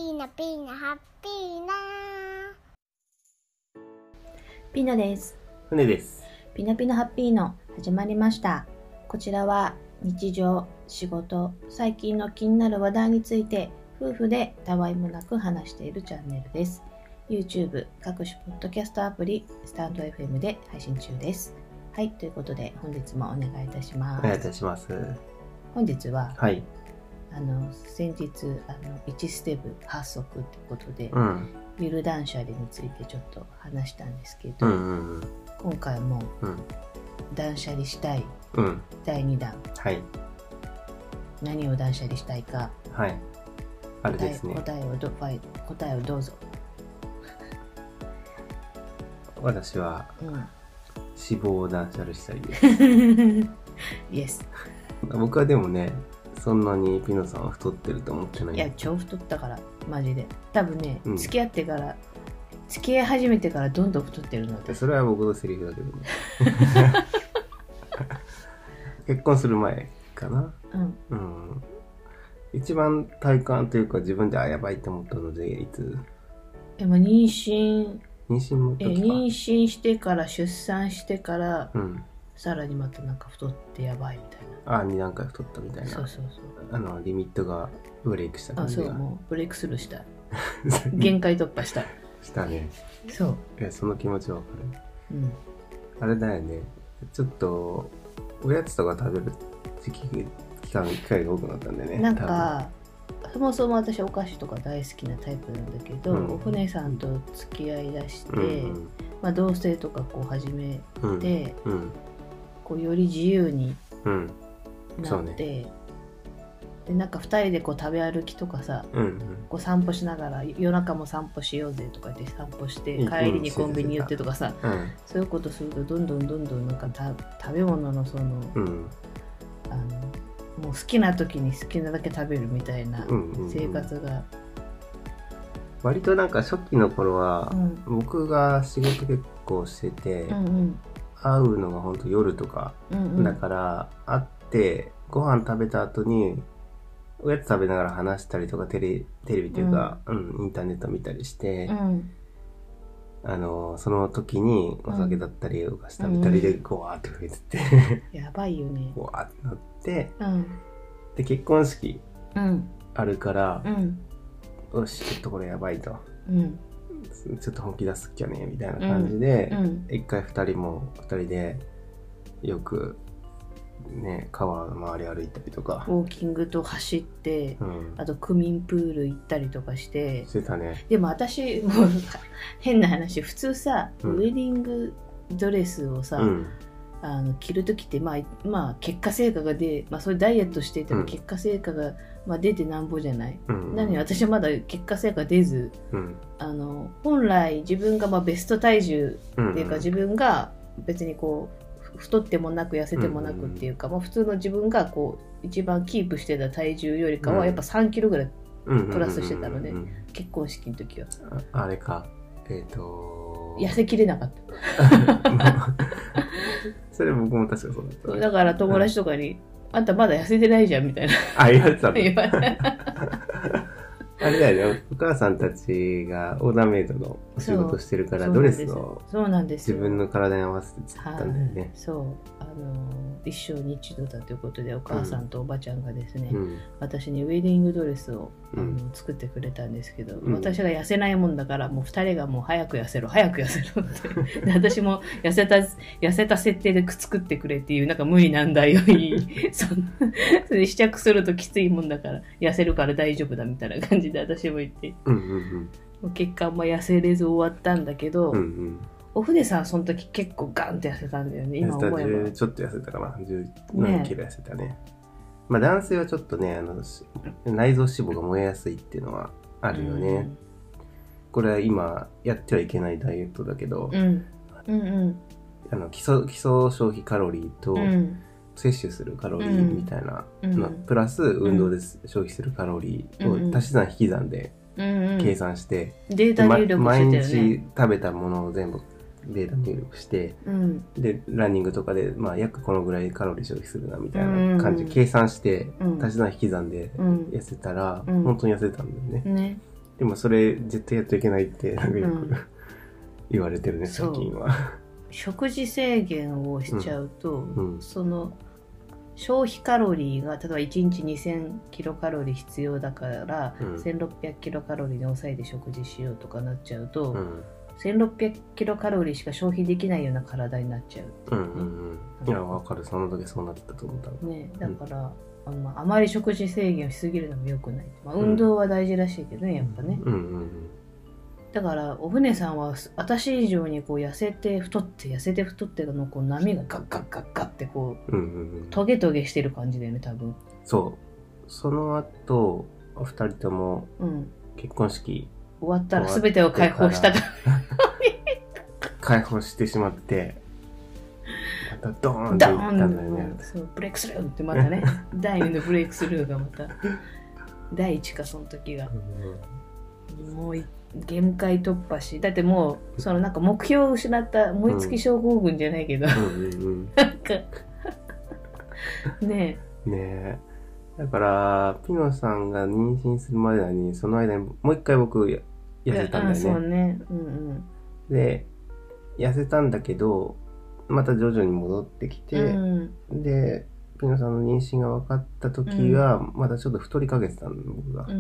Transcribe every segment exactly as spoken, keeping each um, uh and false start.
ーナピーナハッピーナピーノです。 船です。 ピノピノハッピーノ始まりました。こちらは日常、仕事、最近の気になる話題について夫婦でたわいもなく話しているチャンネルです。YouTube、各種ポッドキャストアプリ、スタンド エフエム で配信中です。はい、ということで本日もお願いいたします。 お願いいたします。 本日は、 はい。 あの先日あのいちステップ発足ということで、 うん。 ウィル断捨離についてちょっと話したんですけど、 うんうんうん。 今回もうん断捨離したいうん。 だいにだん、 はい。 何を断捨離したいか、 はい。あれ答えですね。 答えをど答えをどうぞ。 私はうん。 脂肪を断捨離したいです。 イエス。 僕はでもね、そんなにピノさんは太ってると思ってない。 いや、超太ったから、マジで。多分ね、 うん付き合ってから、付き合い始めてからどんどん太ってるので。 それは僕のセリフだけどね。結婚する前かな。 うん。 うん。一番体感というか自分であやばいと思ったので、いつでも妊娠、 妊娠のえ時か。 妊娠してから出産してから、 うん。 さらにまたなんか太ってやばいみたいああ、にだんかい太ったみたいな。 な。 そうそうそう。 あの、リミットがブレイクしたあ、 感じが。 そう、もうブレイクスルーした。限界突破した。 したね。 そう。 いや、その気持ちはわかる。 うん。 あれだよね。ちょっと、おやつとか食べる時期、期間、機会が多くなったんでね。 なんか、そもそも私お菓子とか大好きなタイプなんだけど、 うんお船さんと付き合いだして、 うんまあ、同棲とかこう始めうん、 て、 うん、うん、 こうより自由にうん、 なそうって、 ね。 でなんかふたりでこう食べ歩きとかさ、 うん、うん。 こう散歩しながら夜中も散歩しようぜとか言って散歩してうん帰りにコンビニ寄ってとかさ、 うん、 そういうことするとどんどんどんどんなんかた食べ物のその、 うん、 あのもう好きな時に好きなだけ食べるみたいなうんうんうん生活が、 割となんか初期の頃は、 うん僕が仕事結構してて、 うんうん会うのがほんと夜とか、 うんうんだから会ってご飯食べた後におやつ食べながら話したりとかテレテレビというか、うんインターネット見たりして、 うんあのその時にお酒だったりお菓子食べたりでこうわーって増えてて、 やばいよね。 こうわーってなってうんで結婚式うんあるから、 うんよしちょっとこれやばいとうんちょっと本気出すっきゃねみたいな感じで、 うん一回二人も二人でよくね川の周り歩いたりとか、 ウォーキングと走って、 うん、 あと区民プール行ったりとかしてしてたね。 でも私もう変な話普通さ、 うんウェディングドレスをさ、 うんあの着る時ってまあ、まあ、結果成果が出、まあ、そういうダイエットしていてもうん結果成果が、まあ、出てなんぼじゃない、 うんなのに私はまだ結果成果出ず、 うんあの本来自分がまあベスト体重うんっていうか、自分が別にこう太ってもなく痩せてもなくっていうか、まあ、普通の自分がこう一番キープしてた体重よりかはやっぱさんキロぐらいプラスしてたのね、 うんうんうんうん結婚式の時はああれかえっ、ー、と痩せきれなかったそれ僕も確かそうだった、 そうだから友達とかに、あんたまだ痩せてないじゃんみたいなあ言われてたの言われあれだよね、お母さんたちがオーダーメイドのお仕事してるからドレスをそうなんですよ自分の体に合わせて作ったんだよね、 はい、そうあの一生に一度だということでお母さんとおばちゃんがですね、 うん私にウェディングドレスを、 うんあの作ってくれたんですけど、 うん私が痩せないもんだからもうふたりがもう早く痩せろ早く痩せろってで私も痩せた痩せた設定で作ってくれっていうなんか無理なんだよいそんなそれで試着するときついもんだから痩せるから大丈夫だみたいな感じで私も言ってうんうんもう結果あんま痩せれず終わったんだけど、 うんうんうんお船さんその時結構ガンって痩せたんだよね今思えば。 ちょっと痩せたかなじゅうななキロ痩せたね。まあ男性はちょっとねあの内臓脂肪が燃えやすいっていうのはあるよね、うん、これは今やってはいけないダイエットだけど、 うんうんうん、 あの基礎、基礎消費カロリーと摂取するカロリーみたいなの、うん、プラス運動で消費するカロリーを足し算引き算で計算して、 うんうん、データ入力してたよね。 毎日食べたものを全部データ入力して、 うん、 でランニングとかで、まあ、約このぐらいカロリー消費するなみたいな感じで計算して、うん、足し算引き算で痩せたら、うん、本当に痩せたんだよね。 ねでもそれ絶対やっちゃいけないってなんかよく、 うん、 言われてるね最近は。 食事制限をしちゃうと、 うんうん、 その消費カロリーが例えばいちにちにせんキロカロリー必要だから、うん、せんろっぴゃくキロカロリーに抑えて食事しようとかなっちゃうと、うん、せんろっぴゃくキロカロリーしか消費できないような体になっちゃうっていうね、うんうんうん、いや分かる、その時そうなってたと思ったね。だから、うん、あ, まあまり食事制限をしすぎるのも良くない、まあ、運動は大事らしいけどね、やっぱね、うんうんうん、だからお船さんは私以上にこう痩せて太って痩せて太ってのこう波がガッガッガッガッってこう、うんうんうん、トゲトゲしてる感じだよね多分。 そうその後お二人とも結婚式、 うん、終わったら全てを解放したから解放してしまってまたドーンっていったんだよね。 そうブレイクスルーってまたねだいにのブレイクスルーがまただいいちかその時が、うん、もう限界突破し、だってもうそのなんか目標を失った燃え尽き症候群じゃないけど、うんうんうん、なんかねえねえだからピノさんが妊娠するまでにその間にもう一回僕痩せたんだよね。 そうね、うんうん、 で痩せたんだけどまた徐々に戻ってきて、うん、でピノさんの妊娠が分かった時はまたちょっと太りかけてたの僕が、うん、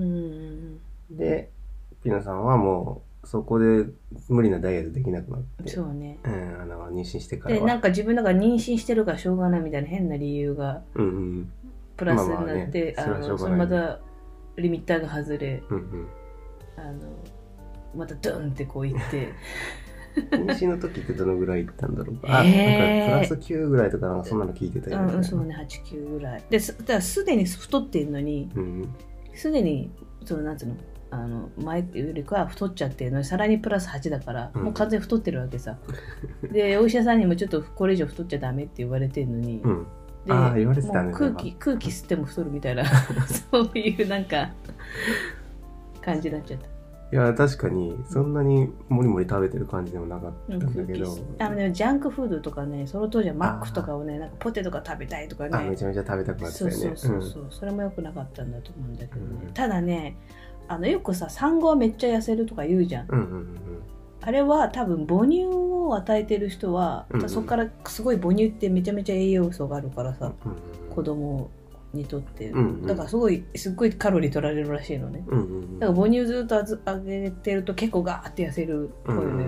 でピノさんはもうそこで無理なダイエットできなくなって、 そうね、 うん、あの妊娠してからはでなんか自分だから妊娠してるからしょうがないみたいな変な理由がプラスになって、まあまあね、あのそのまたリミッターが外れ、うんうん、あのまたドゥンってこういって妊娠の時ってどのぐらいいったんだろうか、えー、なんかプラスきゅうぐらいとかなんかそんなの聞いてたよね、 うん、そうねはち、きゅうぐらいで、だからすでに太ってるのにすで、うん、にそのなんつうのあの前っていうよりかは太っちゃってるのにさらにプラスはちだから、うん、もう完全に太ってるわけさでお医者さんにもちょっとこれ以上太っちゃダメって言われてるのに、うん、であ言われてたね、 もう空気空気吸っても太るみたいなそういうなんか感じになっちゃった。 いや確かにそんなにもりもり食べてる感じでもなかったんだけど、うん、 あの、ね、ジャンクフードとかねその当時はマックとかをねなんかポテトが食べたいとかねあめちゃめちゃ食べたくなってたよね。 そうそうそうそう、うん、それも良くなかったんだと思うんだけどね、うん、ただねあのよくさ産後はめっちゃ痩せるとか言うじゃん、うんうんうん、あれは多分母乳を与えてる人は、うんうん、そこからすごい母乳ってめちゃめちゃ栄養素があるからさ、うんうん、子供にとって、うんうん、だからすごいすっごいカロリー取られるらしいのね、うんうん、だから母乳ずっとあげてると結構ガーって痩せるっぽいのよ、うんうん、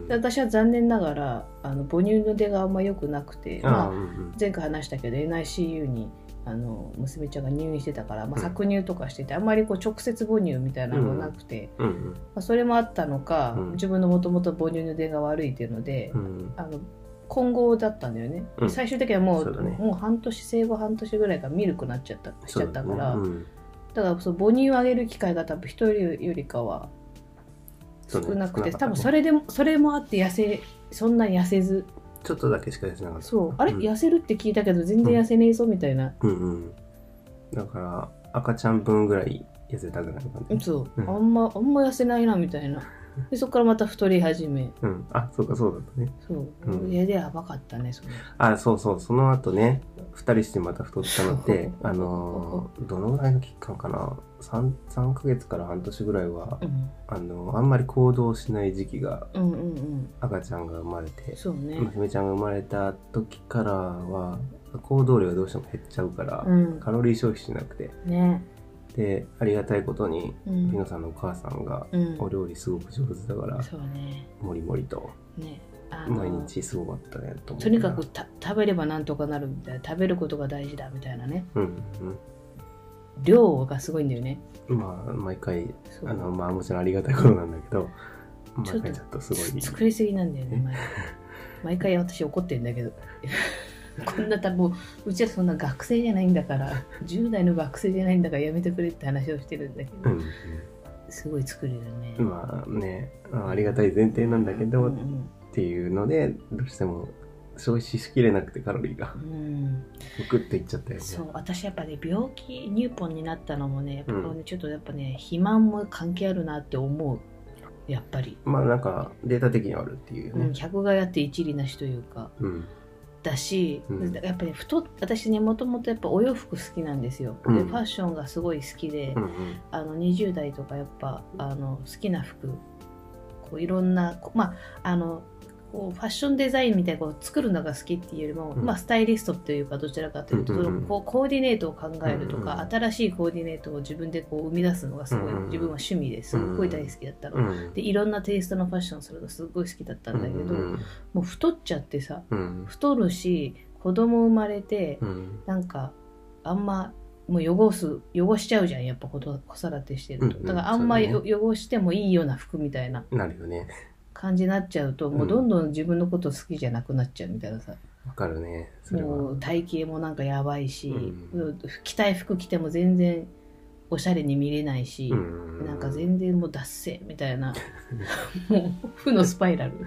で私は残念ながらあの母乳の出があんま良くなくて、まあうんうん、前回話したけど エヌアイシーユー にあの娘ちゃんが入院してたから、まあ、搾乳とかしてて、うん、あんまりこう直接母乳みたいなのがなくて、うんうんまあ、それもあったのか、うん、自分のもともと母乳の出が悪いっていうので、うん、あの混合だったんだよね、うん、最終的にはもう、ね、もう半年生後半年ぐらいからミルクになっちゃったしちゃったから、だ,、ねうん、だからそう母乳をあげる機会が多分一人よりかは少なくて、ね、多分それでもそれもあって痩せそんなに痩せずちょっとだけしか痩せなかった。 そうあれ、うん、痩せるって聞いたけど全然痩せねえぞみたいな、うんうん、 だから赤ちゃん分ぐらい痩せたぐらいの感じ。 そう、うん、あんまあんま痩せないなみたいなでそこからまた太り始め、 うん、あそうかそうだったね。 そう、うん、家でやばかったねそれ。 あそうそうその後ねふたりしてまた太ったのってあのー、どのぐらいの期間かな 3, 3ヶ月から半年ぐらいは、うん、あのー、あんまり行動しない時期が、うんうんうん、赤ちゃんが生まれて、そうね、娘ちゃんが生まれた時からは行動量がどうしても減っちゃうから、うん、カロリー消費しなくて、ね、でありがたいことに、うん、ピノさんのお母さんがお料理すごく上手だから、うん、そうね、もりもりと、ね、毎日すごかったねと思う。 とにかくた食べればなんとかなるみたいな、食べることが大事だみたいなね、うんうん、量がすごいんだよね。 まあ毎回あの、まあ、もちろんありがたいことなんだけど毎回ちょっとすごい作りすぎなんだよね毎回毎回私怒ってるんだけどこんな多分うちらそんな学生じゃないんだからじゅう代の学生じゃないんだからやめてくれって話をしてるんだけど、うんうん、すごい作りだね。 まあねありがたい前提なんだけど、うんうん、っていうのでどうしても消費しきれなくてカロリーが、うん、グッていっちゃったよね。 そう私やっぱね病気乳ポンになったのもねやっぱこれね、うん、ちょっとやっぱね肥満も関係あるなって思う。やっぱりまあなんかデータ的にはあるっていうね、 うん、ひゃくがやって一理なしというか、うん、 だし、 うんやっぱり太っ私ねもともとやっぱお洋服好きなんですよ、 うんでファッションがすごい好きで、 うんうんあのにじゅう代とかやっぱあの好きな服こういろんなこまああのこうファッションデザインみたいなこう作るのが好きっていうよりも、 うんまあ、スタイリストっていうかどちらかというと、 うんうんうんこうコーディネートを考えるとか、 うんうん新しいコーディネートを自分でこう生み出すのがすごい、 うんうん自分は趣味ですごい大好きだったの、 うんでいろんなテイストのファッションするのすごい好きだったんだけど、 うんもう太っちゃってさうん太るし子供生まれて、 うんなんかあんまもう汚す汚しちゃうじゃんやっぱ子子育てしてると、 うんうんだからあんまそうよ、 だ汚してもいいような服みたいななるよね。 感じになっちゃうと、もうどんどん自分のこと好きじゃなくなっちゃうみたいなさ、 わかるね。それは。 もう体型もなんかやばいし、 うん着たい服着ても全然おしゃれに見れないし、 うんなんか全然もう脱せみたいなもう負のスパイラル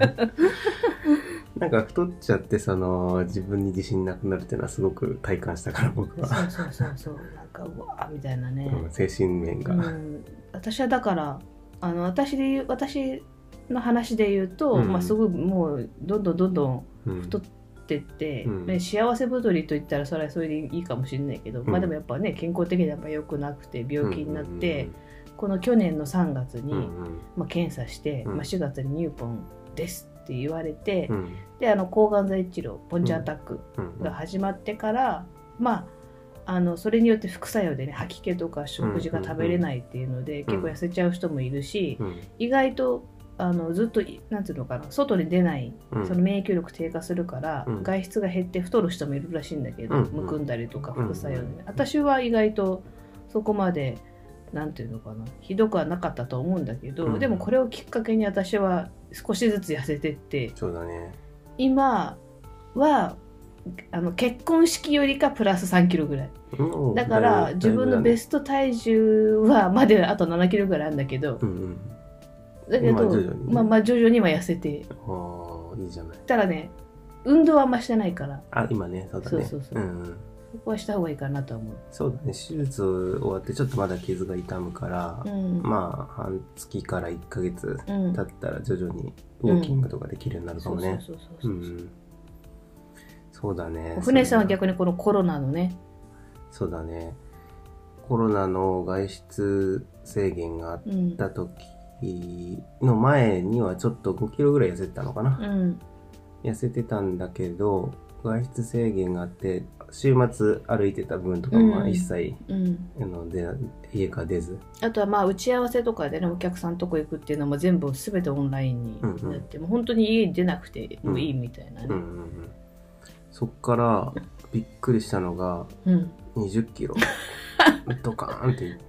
なんか太っちゃってその自分に自信なくなるっていうのはすごく体感したから僕は。 そうそうそうそうなんかうわーみたいなね、 うん精神面が。 うん、私はだからあの私で言う私の話で言うと、 うんまあ、すごいもうどんどんどんどんうん太ってって、 うんで幸せ太りと言ったらそれはそれでいいかもしれないけど、 うんまあでもやっぱね健康的にはやっぱ良くなくて病気になって、この去年のさんがつに、 うんうんまあ、検査して、 うんまあ、しがつに乳本ですって言われて、 うんであの抗がん剤治療ポンチアタックうんが始まってから、まああのそれによって副作用でね吐き気とか食事が食べれないっていうので、 ん結構痩せちゃう人もいるし、 うん意外とあのずっとなんていうのかな外に出ない、 うんその免疫力低下するから、 うん外出が減って太る人もいるらしいんだけど、 うんむくんだりとかうん副作用で、ね私は意外とそこまでなんていうのかなひどくはなかったと思うんだけど、 うんでもこれをきっかけに私は少しずつ痩せてってそうだね。 今はあの結婚式よりかプラスさんキロぐらいうんだから自分のベススト体重はまであとななキロぐらいあるんだけど、 ト。うんうん。 だけど、 まあ徐々にねまあまあ徐々には痩せてああいいじゃない。 たらね運動はあんましてないからあ今ねそうだね。 そうそうそうんんそこはした方がいいかなとは思う、 そうだね。手術終わってちょっとまだ傷が痛むから、 うんまあ半月からいっかげつうん、 経ったら徐々にウォーキングとかできるようになるかもね。 そうそうそうそうう、 ん。そうだね。 船さんは逆にこのコロナのねそうだね。コロナの外出制限があっうんた時の前にはちょっとごキロぐらい痩せてたのかな。 うん痩せてたんだけど、外出制限があって、週末歩いてた分とかうんまあ一切、 うん、 あので家から出ず。 あとはまあ打ち合わせとかでねお客さんとこ行くっていうのも全部全てオンラインになって、もう本当に家に出なくてもいいみたいなね、 うんうんうん。そっからびっくりしたのがうんにじゅっキロ。ドカーンっていっちゃって、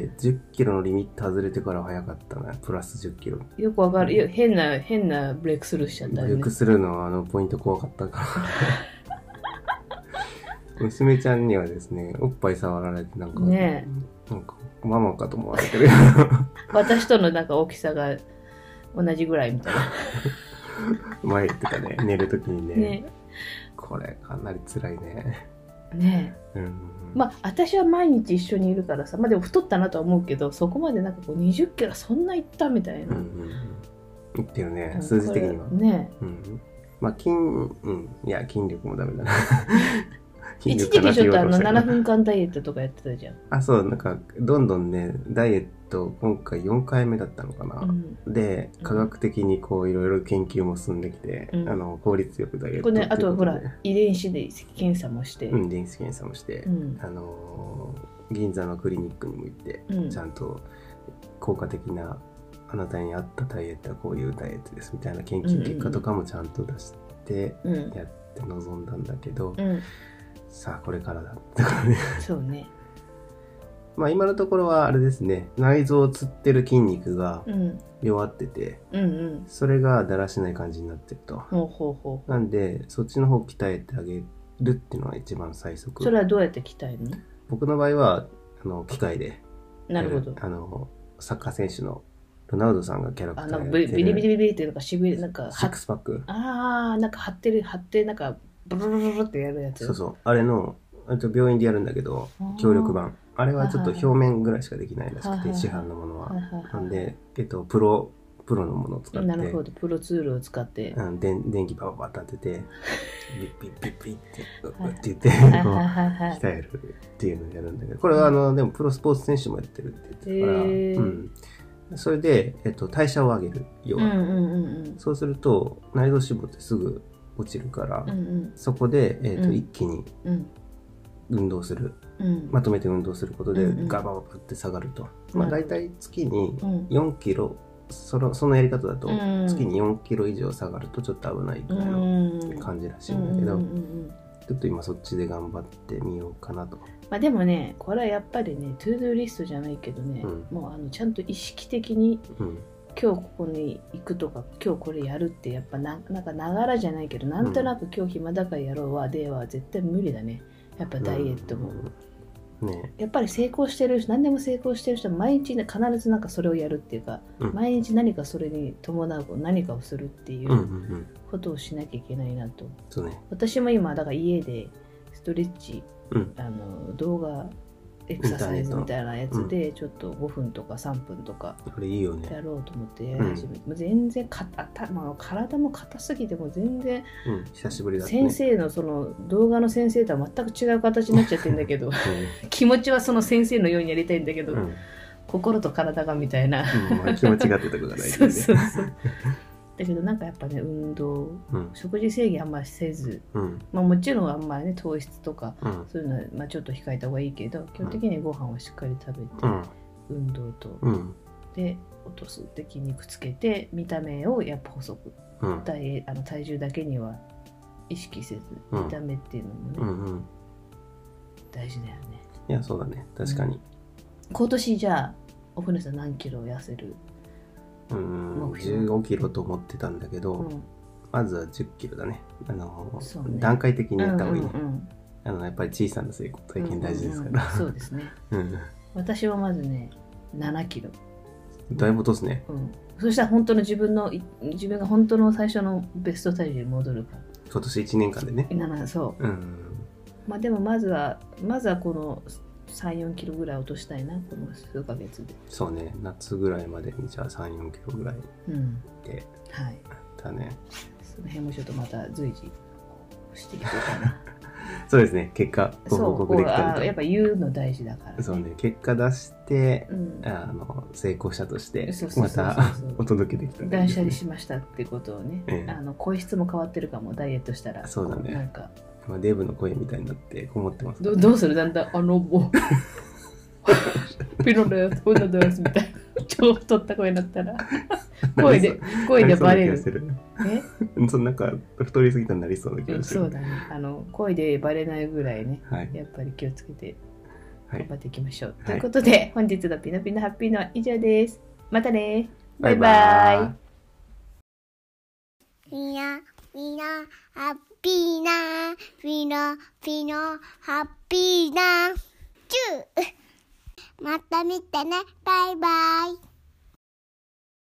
じゅっキロのリミット外れてから早かったな。プラスじゅっキロ。 よくわかるいや変な変なブレイクスルーしちゃったよねブレイクするのはあのポイント怖かったから娘ちゃんにはですねおっぱい触られてなんか、 ねなんかママかと思われてる私とのなんか大きさが同じぐらいみたいな前言ってたね寝るときにねねこれかなり辛いねねうんまあ私は毎日一緒にいるからさまあでも太ったなとは思うけどそこまでなんかこうにじゅっキロそんないったみたいな、 うんうんうん言ってるねうん数字的にはこれねうんまあ筋うんいや筋力もダメだな一時期ちょっとあのなな分ふんかんダイエットとかやってたじゃん、 あそうなんかどんどんねダイエット今回よんかいめだったのかな、 うん、 で科学的にこういろいろ研究も進んできて、 うんあの効率よくダイエットこれねあとはほらっていうこ遺伝子で検査もして、 とでうん遺伝子検査もして、 うんあのー銀座のクリニックにも行って、 うんちゃんと効果的なあなたに合ったダイエットはこういうダイエットですみたいな研究結果とかもちゃんと出してうんやって臨んだんだけど、 うん、 さあこれからだってからねそうねまあ今のところはあれですね内臓をつってる筋肉がうん弱ってて、 うんうんそれがだらしない感じになってると。 ほうほうほうなんで、そっちの方を鍛えてあげるっていうのが一番最速。 それはどうやって鍛えるの？ 僕の場合は、あの、機械で。 なるほど。 あの、サッカー選手のロナウドさんがキャラクタあーやってる。 のビリビリビリビリっていうのがしびれなんかシックスパック。 ああなんか張ってる張ってなんかブルルルルってやるやつ。 そうそう。あれの、あと病院でやるんだけどあー、 協力版。あれはちょっと表面ぐらいしかできないらしくて、 はいはいはい市販のものははいはいはい。 なんで、えっと、プロプロのものを使って。 なるほど、プロツールを使って。 うん、電電気バババッと当てて、ピッピッピッピッって、って言って、こう、鍛えるっていうのをやるんだけど、これはあの、でもプロスポーツ選手もやってるって言ってたから、うん。それで、えっと、代謝を上げる、要は。そうすると、内臓脂肪ってすぐ落ちるから、うんうん、そこで、えっと、うん、一気に運動する、うん、まとめて運動することで、ガバババって下がると。うん、まあ、大体月によんキロ、その、そのやり方だと、月によんキロ以上下がるとちょっと危ないぐらいの感じらしいんだけど、ちょっと今そっちで頑張ってみようかなと。 まあでもね、これはやっぱりね、トゥードゥーリストじゃないけどね、うん、もうあのちゃんと意識的に、うん、今日ここに行くとか、今日これやるってやっぱな、なんかながらじゃないけど、なんとなく今日暇だからやろうは、では絶対無理だね。やっぱダイエットも。うんね、やっぱり成功してる人、何でも成功してる人は毎日、ね、必ずなんかそれをやるっていうか、うん、毎日何かそれに伴う何かをするっていうことをしなきゃいけないなと。 そうね、 私も今だから家でストレッチ、うん、あの動画エクササイズみたいなやつでちょっとごふんとかさんぷんとかやろうと思ってやり始めて、うん、全然かた、まあ、体も硬すぎても全然、 うん、久しぶりだね、 先生のその動画の先生とは全く違う形になっちゃってるんだけど、うん、気持ちはその先生のようにやりたいんだけど、うん、心と体がみたいな、 うんまあ、気持ちがってたことないけどね。 そうそうそうだけどなんかやっぱね運動、うん、食事制限あんまりせず、うんまあ、もちろんあんまりね糖質とか、うん、そういうのは、まあ、ちょっと控えた方がいいけど基本的にご飯をしっかり食べて、うん、運動と、うん、で落とすって筋肉つけて見た目をやっぱ細く、うん、体, あの体重だけには意識せず見た目っていうのもね、うんうん、大事だよね。 いやそうだね確かに、うん、 今年じゃあおふねさん何キロ痩せる？ うんじゅうごキロと思ってたんだけど、うん、まずはじゅっキロだね。あの、ね、段階的にやった方がいいね、うんうんうん、あのやっぱり小さな成功体験大事ですから、 うんうんうん、そうですね、うん、私はまずねななキロだいぶ落とすね、 うん、そしたら本当の自分の自分が本当の最初のベスト体重に戻るから今年いちねんかんでねそう、うん、まあでもまずはまずはこのさん、よんキロぐらい落としたいなこの数ヶ月で。 そうね夏ぐらいまでにじゃあさん、よんキロぐらいで、 うん、はいだね。 その辺もちょっとまた随時していこうかなそうですね結果ご報告できたりとやっぱ言うの大事だから、ね、 そうね結果出して、うん、あの成功者としてまたお届けできたら、ね、 断捨離しましたってことをね、ええ、あの声質も変わってるかもダイエットしたら。 そうだねなんかまあ、デブの声みたいになってこもってます、ね、 ど, どうするだんだんあのもうピロですこんなですみたいな超太った声になったら声で声でバレる。 えそのなんか太りすぎたになりそうな気がする。 そうだねあの声でバレないぐらいね、はい、やっぱり気をつけて頑張っていきましょう、はい、ということで本日のピノピノハッピーのは以上です。またねバイバイ。 みんなみんなハッピーなピノピノハッピーなチューまた見てねバイバイ。